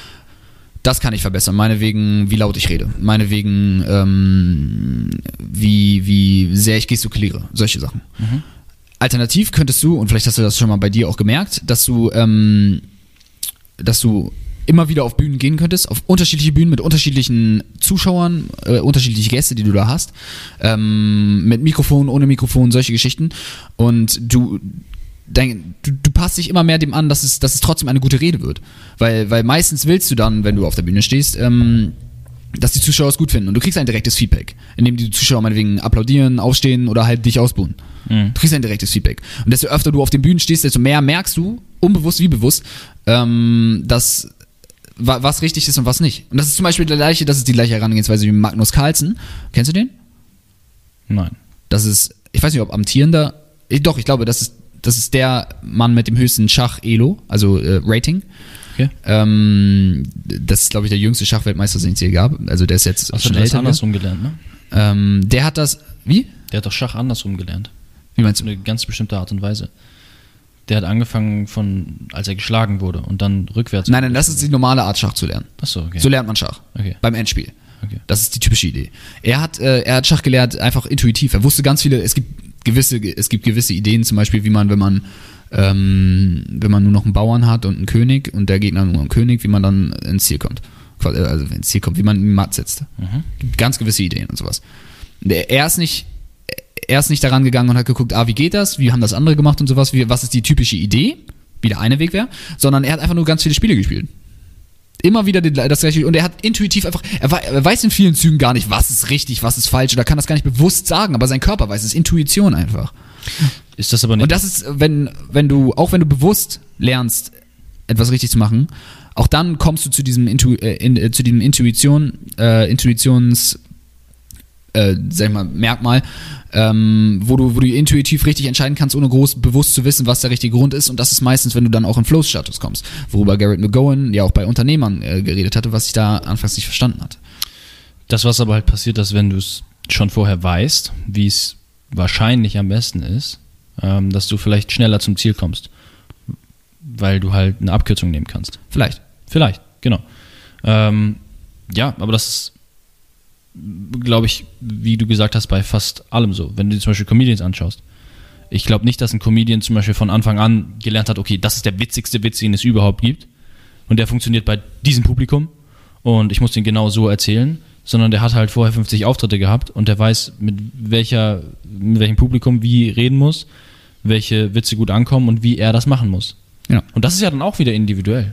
das kann ich verbessern. Meinetwegen, wie laut ich rede. Meinetwegen, ähm, wie, wie sehr ich gestikuliere. Solche Sachen. Mhm. Alternativ könntest du, und vielleicht hast du das schon mal bei dir auch gemerkt, dass du, ähm, dass du immer wieder auf Bühnen gehen könntest, auf unterschiedliche Bühnen mit unterschiedlichen Zuschauern, äh, unterschiedliche Gäste, die du da hast, ähm, mit Mikrofon, ohne Mikrofon, solche Geschichten. Und du Dein, du, du passt dich immer mehr dem an, dass es, dass es trotzdem eine gute Rede wird. Weil, weil meistens willst du dann, wenn du auf der Bühne stehst, ähm, dass die Zuschauer es gut finden. Und du kriegst ein direktes Feedback, indem die Zuschauer meinetwegen applaudieren, aufstehen oder halt dich ausbuhen. Mhm. Du kriegst ein direktes Feedback. Und desto öfter du auf den Bühnen stehst, desto mehr merkst du, unbewusst wie bewusst, ähm, dass was richtig ist und was nicht. Und das ist zum Beispiel der gleiche, das ist die gleiche Herangehensweise wie Magnus Carlsen. Kennst du den? Nein. Das ist, ich weiß nicht, ob amtierender, ich, doch, ich glaube, das ist Das ist der Mann mit dem höchsten Schach-Elo, also äh, Rating. Okay. Ähm, das ist, glaube ich, der jüngste Schachweltmeister, den es je gab. Also der ist jetzt Ach, schon der älter. hat andersrum gelernt, ne? Ähm, der hat das, wie? Der hat doch Schach andersrum gelernt. Wie meinst du? Auf eine ganz bestimmte Art und Weise. Der hat angefangen von, als er geschlagen wurde und dann rückwärts. Nein, nein, das ist die normale Art, Schach zu lernen. Ach so, okay. So lernt man Schach. Okay. Beim Endspiel. Okay. Das ist die typische Idee. Er hat, äh, er hat Schach gelernt, einfach intuitiv. Er wusste ganz viele, es gibt gewisse, es gibt gewisse Ideen, zum Beispiel, wie man, wenn man Ähm, wenn man nur noch einen Bauern hat und einen König und der Gegner nur einen König, wie man dann ins Ziel kommt. Also ins Ziel kommt, wie man ihn matt setzt. Mhm. Gibt ganz gewisse Ideen und sowas. Er ist nicht, er ist nicht daran gegangen und hat geguckt, ah, wie geht das, wie haben das andere gemacht und sowas, wie, was ist die typische Idee, wie der eine Weg wäre, sondern er hat einfach nur ganz viele Spiele gespielt. Immer wieder das gleiche, und er hat intuitiv einfach, er weiß in vielen Zügen gar nicht, was ist richtig, was ist falsch, oder kann das gar nicht bewusst sagen, aber sein Körper weiß es, Intuition einfach. Ist das aber nicht. Und das ist, wenn, wenn du, auch wenn du bewusst lernst, etwas richtig zu machen, auch dann kommst du zu diesem, Intu, äh, in, äh, zu diesem Intuition, äh, Intuitions, äh, sag ich mal, Merkmal, ähm, wo du, wo du intuitiv richtig entscheiden kannst, ohne groß bewusst zu wissen, was der richtige Grund ist. Und das ist meistens, wenn du dann auch in Flow-Status kommst, worüber Garrett McGowan ja auch bei Unternehmern äh, geredet hatte, was ich da anfangs nicht verstanden hatte. Das, was aber halt passiert, ist, wenn du es schon vorher weißt, wie es wahrscheinlich am besten ist, ähm, dass du vielleicht schneller zum Ziel kommst, weil du halt eine Abkürzung nehmen kannst. Vielleicht. Vielleicht, genau. Ähm, ja, aber das ist, glaube ich, wie du gesagt hast, bei fast allem so. Wenn du dir zum Beispiel Comedians anschaust. Ich glaube nicht, dass ein Comedian zum Beispiel von Anfang an gelernt hat, okay, das ist der witzigste Witz, den es überhaupt gibt. Und der funktioniert bei diesem Publikum. Und ich muss den genau so erzählen. Sondern der hat halt vorher fünfzig Auftritte gehabt und der weiß, mit welcher, mit welchem Publikum wie reden muss, welche Witze gut ankommen und wie er das machen muss. Ja. Und das ist ja dann auch wieder individuell.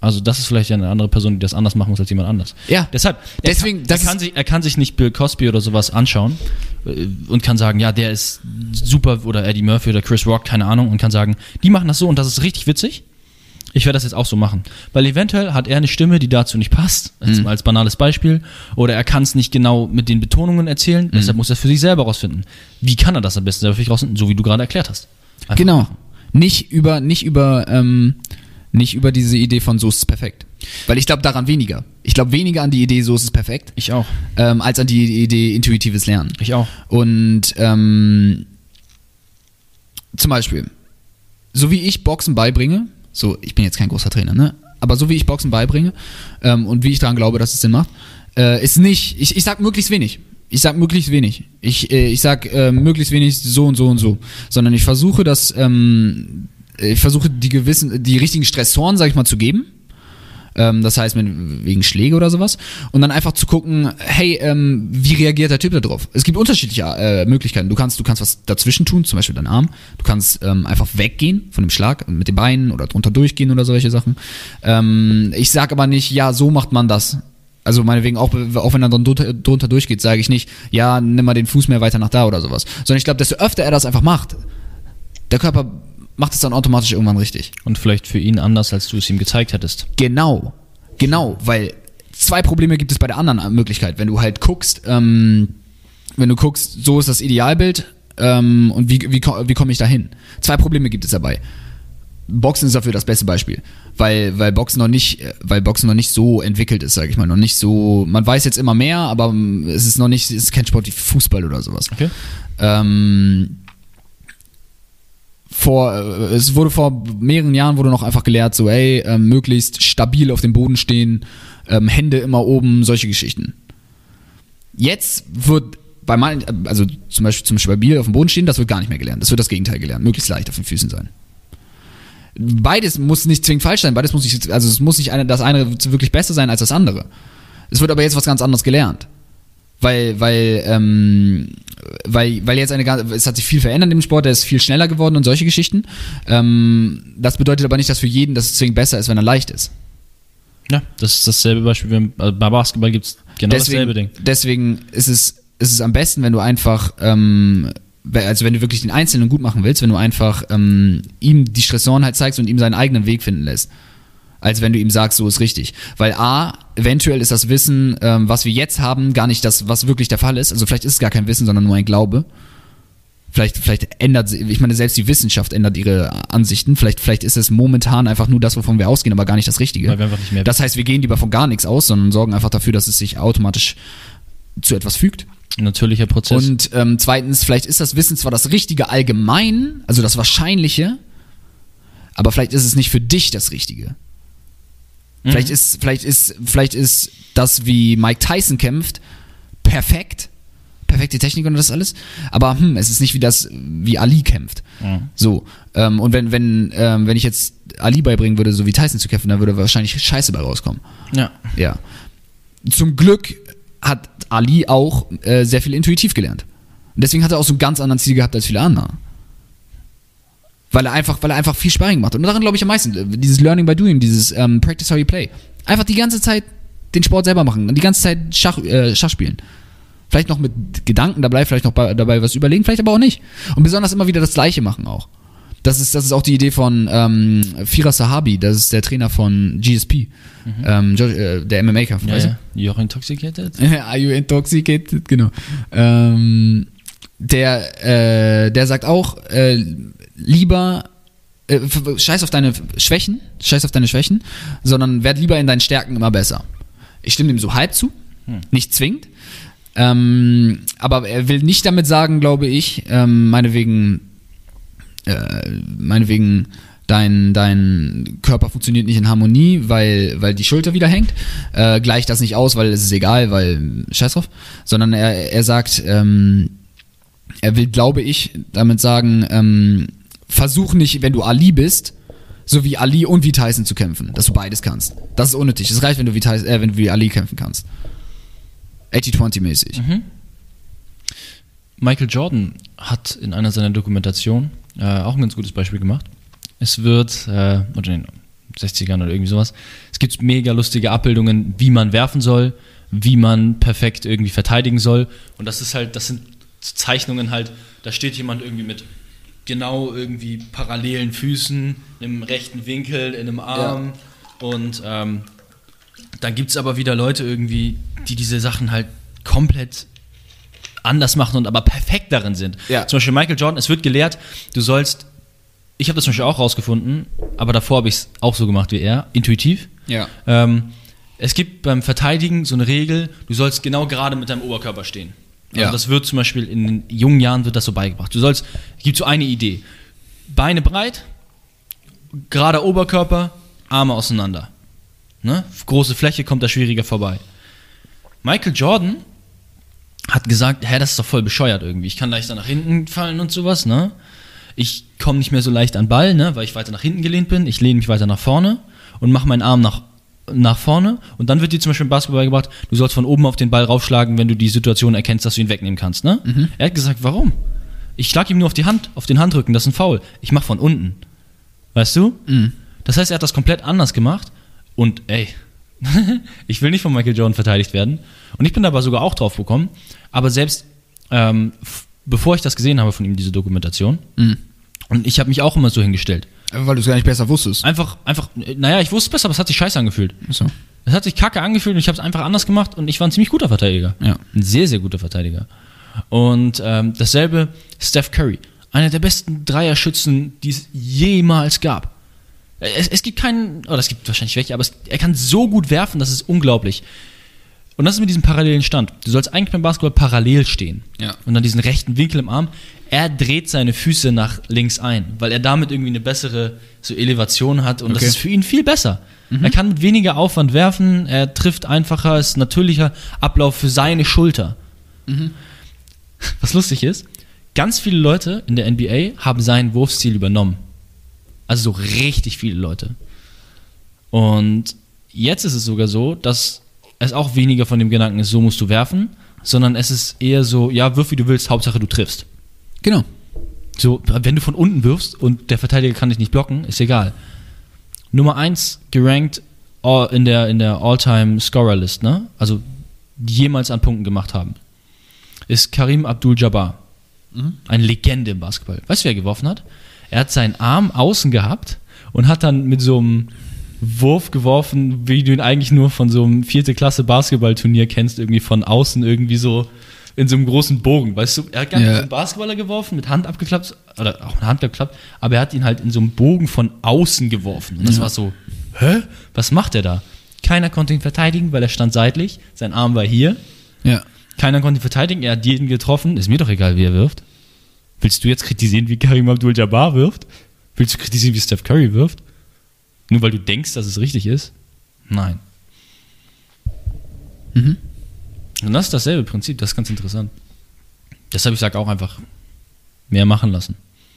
Also das ist vielleicht eine andere Person, die das anders machen muss als jemand anders. Ja. Deshalb, Deswegen, er, das kann, er, kann ist- sich, er kann sich nicht Bill Cosby oder sowas anschauen äh, und kann sagen, ja, der ist super, oder Eddie Murphy oder Chris Rock, keine Ahnung, und kann sagen, die machen das so und das ist richtig witzig. Ich werde das jetzt auch so machen. Weil eventuell hat er eine Stimme, die dazu nicht passt, als, Mhm. als banales Beispiel. Oder er kann es nicht genau mit den Betonungen erzählen, deshalb muss er für sich selber rausfinden. Wie kann er das am besten selber für sich rausfinden? So wie du gerade erklärt hast. Einfach Genau. machen. Nicht über, nicht über, ähm, nicht über diese Idee von so ist es perfekt. Weil ich glaube daran weniger. Ich glaube weniger an die Idee, so ist es perfekt, Ich auch. ähm, als an die Idee intuitives Lernen. Ich auch. Und ähm, zum Beispiel, so wie ich Boxen beibringe, so, ich bin jetzt kein großer Trainer, ne? Aber so wie ich Boxen beibringe ähm, und wie ich daran glaube, dass es Sinn macht, äh, ist nicht, ich, ich sag möglichst wenig. Ich sag möglichst wenig. Ich, äh, ich sag äh, möglichst wenig so und so und so. Sondern ich versuche das, ähm, ich versuche die gewissen, die richtigen Stressoren, sag ich mal, zu geben. Ähm, das heißt, mit, wegen Schläge oder sowas. Und dann einfach zu gucken, hey, ähm, wie reagiert der Typ da drauf? Es gibt unterschiedliche äh, Möglichkeiten. Du kannst, du kannst was dazwischen tun, zum Beispiel deinen Arm. Du kannst ähm, einfach weggehen von dem Schlag mit den Beinen oder drunter durchgehen oder solche Sachen. Ähm, ich sag aber nicht, ja, so macht man das. Also meinetwegen, auch, auch wenn er dann drunter, drunter durchgeht, sage ich nicht, ja, nimm mal den Fuß mehr weiter nach da oder sowas. Sondern ich glaube, desto öfter er das einfach macht, der Körper macht es dann automatisch irgendwann richtig. Und vielleicht für ihn anders, als du es ihm gezeigt hättest. Genau, genau, weil zwei Probleme gibt es bei der anderen Möglichkeit. Wenn du halt guckst, ähm, wenn du guckst, so ist das Idealbild ähm, und wie, wie, ko- wie komme ich da hin? Zwei Probleme gibt es dabei. Boxen ist dafür das beste Beispiel, weil, weil Boxen noch nicht, weil Boxen noch nicht so entwickelt ist, sage ich mal, noch nicht so, man weiß jetzt immer mehr, aber ähm, es ist noch nicht, es ist kein Sport wie Fußball oder sowas. Okay. Ähm, vor, äh, es wurde vor mehreren Jahren wurde noch einfach gelehrt, so ey, äh, möglichst stabil auf dem Boden stehen, ähm, Hände immer oben, solche Geschichten. Jetzt wird bei manchen, also zum Beispiel zum stabil auf dem Boden stehen, das wird gar nicht mehr gelernt. Das wird das Gegenteil gelernt, möglichst leicht auf den Füßen sein. Beides muss nicht zwingend falsch sein, beides muss nicht, also es muss nicht eine, das eine wirklich besser sein als das andere. Es wird aber jetzt was ganz anderes gelernt. Weil, weil, ähm, weil, weil jetzt eine ganz, es hat sich viel verändert im Sport, der ist viel schneller geworden und solche Geschichten. Ähm, das bedeutet aber nicht, dass für jeden das zwingend besser ist, wenn er leicht ist. Ja, das ist dasselbe Beispiel. Wie im- also bei Basketball gibt es genau dasselbe Ding. Deswegen ist es, ist es am besten, wenn du einfach, ähm, we- also wenn du wirklich den Einzelnen gut machen willst, wenn du einfach ähm, ihm die Stressoren halt zeigst und ihm seinen eigenen Weg finden lässt. Als wenn du ihm sagst, so ist richtig. Weil A, eventuell ist das Wissen, ähm, was wir jetzt haben, gar nicht das, was wirklich der Fall ist. Also vielleicht ist es gar kein Wissen, sondern nur ein Glaube. Vielleicht, vielleicht ändert sie, ich meine, selbst die Wissenschaft ändert ihre Ansichten. Vielleicht, vielleicht ist es momentan einfach nur das, wovon wir ausgehen, aber gar nicht das Richtige. Weil wir einfach nicht mehr Das heißt, wir gehen lieber von gar nichts aus, sondern sorgen einfach dafür, dass es sich automatisch zu etwas fügt. Ein natürlicher Prozess. Und ähm, zweitens, vielleicht ist das Wissen zwar das Richtige allgemein, also das Wahrscheinliche, aber vielleicht ist es nicht für dich das Richtige. Vielleicht Mhm. ist, vielleicht ist, vielleicht ist das, wie Mike Tyson kämpft, perfekt. Perfekte Technik und das alles. Aber hm, es ist nicht wie das, wie Ali kämpft. Mhm. So. Ähm, und wenn, wenn, ähm, wenn ich jetzt Ali beibringen würde, so wie Tyson zu kämpfen, dann würde wahrscheinlich Scheiße bei rauskommen. Ja. Ja. Zum Glück hat Ali auch äh, sehr viel intuitiv gelernt. Und deswegen hat er auch so einen ganz anderen Ziel gehabt als viele andere. Weil er einfach, weil er einfach viel Sparring macht. Und daran glaube ich am meisten. Dieses Learning by Doing, dieses ähm, Practice how you play. Einfach die ganze Zeit den Sport selber machen und die ganze Zeit Schach, äh, Schach spielen. Vielleicht noch mit Gedanken dabei, vielleicht noch bei, dabei was überlegen, vielleicht aber auch nicht. Und besonders immer wieder das Gleiche machen auch. Das ist, das ist auch die Idee von ähm, Firas Zahabi, das ist der Trainer von G S P, mhm. ähm, äh, der M M A-Kampf. Ja, weißt ja. You're intoxicated? Are you intoxicated? Genau. Ähm, der, äh, der sagt auch, äh, lieber, äh, scheiß auf deine Schwächen, scheiß auf deine Schwächen, sondern werd lieber in deinen Stärken immer besser. Ich stimme dem so halb zu, hm. nicht zwingend. Ähm, aber er will nicht damit sagen, glaube ich, ähm, meinetwegen, äh, meinetwegen, dein, dein Körper funktioniert nicht in Harmonie, weil, weil die Schulter wieder hängt, äh, gleicht das nicht aus, weil es ist egal, weil scheiß drauf, sondern er, er sagt, ähm, er will, glaube ich, damit sagen, ähm, versuch nicht, wenn du Ali bist, so wie Ali und wie Tyson zu kämpfen, dass du beides kannst. Das ist unnötig. Es reicht, wenn du wie, Tyson, äh, wenn du wie Ali kämpfen kannst. achtzig zwanzig mäßig. Mhm. Michael Jordan hat in einer seiner Dokumentationen äh, auch ein ganz gutes Beispiel gemacht. Es wird, äh, oder nee, sechzigern oder irgendwie sowas. Es gibt mega lustige Abbildungen, wie man werfen soll, wie man perfekt irgendwie verteidigen soll. Und das ist halt, das sind Zeichnungen halt, da steht jemand irgendwie mit genau irgendwie parallelen Füßen, in einem rechten Winkel, in einem Arm. Ja. Und ähm, dann gibt es aber wieder Leute irgendwie, die diese Sachen halt komplett anders machen und aber perfekt darin sind. Ja. Zum Beispiel Michael Jordan, es wird gelehrt, du sollst, ich habe das zum Beispiel auch rausgefunden, aber davor habe ich es auch so gemacht wie er, intuitiv. Ja. Ähm, es gibt beim Verteidigen so eine Regel, du sollst genau gerade mit deinem Oberkörper stehen. Also Ja. das wird zum Beispiel in den jungen Jahren wird das so beigebracht. Du sollst, es gibt so eine Idee, Beine breit, gerader Oberkörper, Arme auseinander. Ne? Große Fläche, kommt da schwieriger vorbei. Michael Jordan hat gesagt, hä, das ist doch voll bescheuert irgendwie. Ich kann leichter nach hinten fallen und sowas, ne? Ich komme nicht mehr so leicht an den Ball, ne, weil ich weiter nach hinten gelehnt bin. Ich lehne mich weiter nach vorne und mache meinen Arm nach, nach vorne. Und dann wird dir zum Beispiel im Basketball beigebracht, du sollst von oben auf den Ball raufschlagen, wenn du die Situation erkennst, dass du ihn wegnehmen kannst, ne? Mhm. Er hat gesagt, warum? Ich schlag ihm nur auf die Hand, auf den Handrücken, das ist ein Foul. Ich mache von unten. Weißt du? Mhm. Das heißt, er hat das komplett anders gemacht. Und ey, ich will nicht von Michael Jordan verteidigt werden. Und ich bin dabei sogar auch drauf gekommen. Aber selbst ähm, f- bevor ich das gesehen habe von ihm, diese Dokumentation, Mhm. und ich habe mich auch immer so hingestellt. Einfach weil du es gar nicht besser wusstest. Einfach, einfach, äh, naja, ich wusste es besser, aber es hat sich scheiße angefühlt. So. Es hat sich kacke angefühlt und ich habe es einfach anders gemacht und ich war ein ziemlich guter Verteidiger. Ja. Ein sehr, sehr guter Verteidiger. Und ähm, dasselbe Steph Curry. Einer der besten Dreierschützen, die es jemals gab. Es, es gibt keinen, oder es gibt wahrscheinlich welche, aber es, er kann so gut werfen, das ist unglaublich. Und das ist mit diesem parallelen Stand. Du sollst eigentlich beim Basketball parallel stehen. Ja. Und dann diesen rechten Winkel im Arm. Er dreht seine Füße nach links ein, weil er damit irgendwie eine bessere so Elevation hat. Und Okay. das ist für ihn viel besser. Er kann mit weniger Aufwand werfen, er trifft einfacher, ist ein natürlicher Ablauf für seine Schulter. Was lustig ist, ganz viele Leute in der N B A haben seinen Wurfstil übernommen. Also so richtig viele Leute. Und jetzt ist es sogar so, dass es auch weniger von dem Gedanken ist, so musst du werfen, sondern es ist eher so, ja, wirf wie du willst, Hauptsache du triffst. Genau. So, wenn du von unten wirfst und der Verteidiger kann dich nicht blocken, ist egal. Nummer eins gerankt all, in der, in der All-Time-Scorer-List, ne? Also die jemals an Punkten gemacht haben, ist Karim Abdul-Jabbar. Mhm. Eine Legende im Basketball. Weißt du, wer er geworfen hat? Er hat seinen Arm außen gehabt und hat dann mit so einem Wurf geworfen, wie du ihn eigentlich nur von so einem vierte Klasse Basketballturnier kennst, irgendwie von außen irgendwie so in so einem großen Bogen, weißt du, er hat gar nicht Ja. so einen Basketballer geworfen, mit Hand abgeklappt, oder auch mit Hand geklappt, aber er hat ihn halt in so einem Bogen von außen geworfen. Und das Ja. war so, hä? Was macht er da? Keiner konnte ihn verteidigen, weil er stand seitlich, sein Arm war hier. Ja. Keiner konnte ihn verteidigen, er hat jeden getroffen, ist mir doch egal, wie er wirft. Willst du jetzt kritisieren, wie Karim Abdul-Jabbar wirft? Willst du kritisieren, wie Steph Curry wirft? Nur weil du denkst, dass es richtig ist? Nein. Mhm. Und das ist dasselbe Prinzip, das ist ganz interessant. Deshalb, ich sage auch einfach, mehr machen lassen.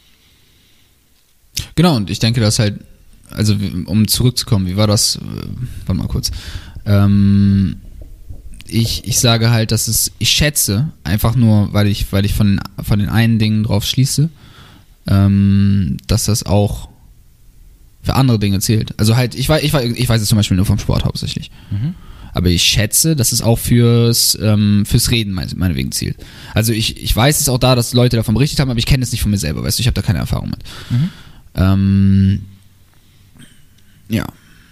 Genau, und ich denke, dass halt, also um zurückzukommen, wie war das? Äh, Warte mal kurz. Ähm, ich, ich sage halt, dass es, ich schätze, einfach nur, weil ich, weil ich von, von den einen Dingen drauf schließe, ähm, dass das auch für andere Dinge zählt. Also halt, ich weiß, ich weiß, ich weiß es zum Beispiel nur vom Sport hauptsächlich. Mhm. Aber ich schätze, dass es auch fürs, ähm, fürs Reden meine- meinetwegen zielt. Also ich, ich weiß es auch da, dass Leute davon berichtet haben, aber ich kenne es nicht von mir selber, weißt du, ich habe da keine Erfahrung mit. Mhm. Ähm, ja.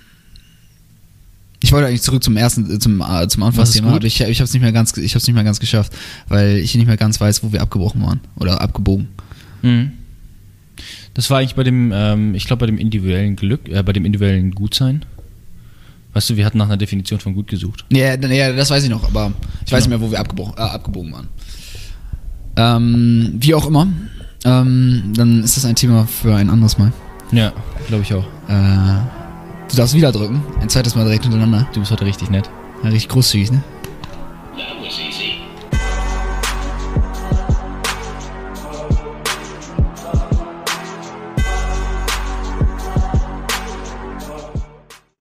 Ich wollte eigentlich zurück zum ersten, äh, zum, äh, zum Anfangsthema, gut? aber ich, ich habe es nicht mehr ganz, ich habe es nicht mehr ganz geschafft, weil ich nicht mehr ganz weiß, wo wir abgebrochen waren oder abgebogen. Mhm. Das war eigentlich bei dem, ähm, ich glaube bei dem individuellen Glück, äh, bei dem individuellen Gutsein. Weißt du, wir hatten nach einer Definition von gut gesucht. Ja, ja, das weiß ich noch, aber ich weiß Genau. nicht mehr, wo wir abgebrochen, äh, abgebogen waren. Ähm, wie auch immer, ähm, dann ist das ein Thema für ein anderes Mal. Ja, glaube ich auch. Äh, du darfst wieder drücken, ein zweites Mal direkt hintereinander. Du bist heute richtig nett. Ja, richtig großzügig, ne?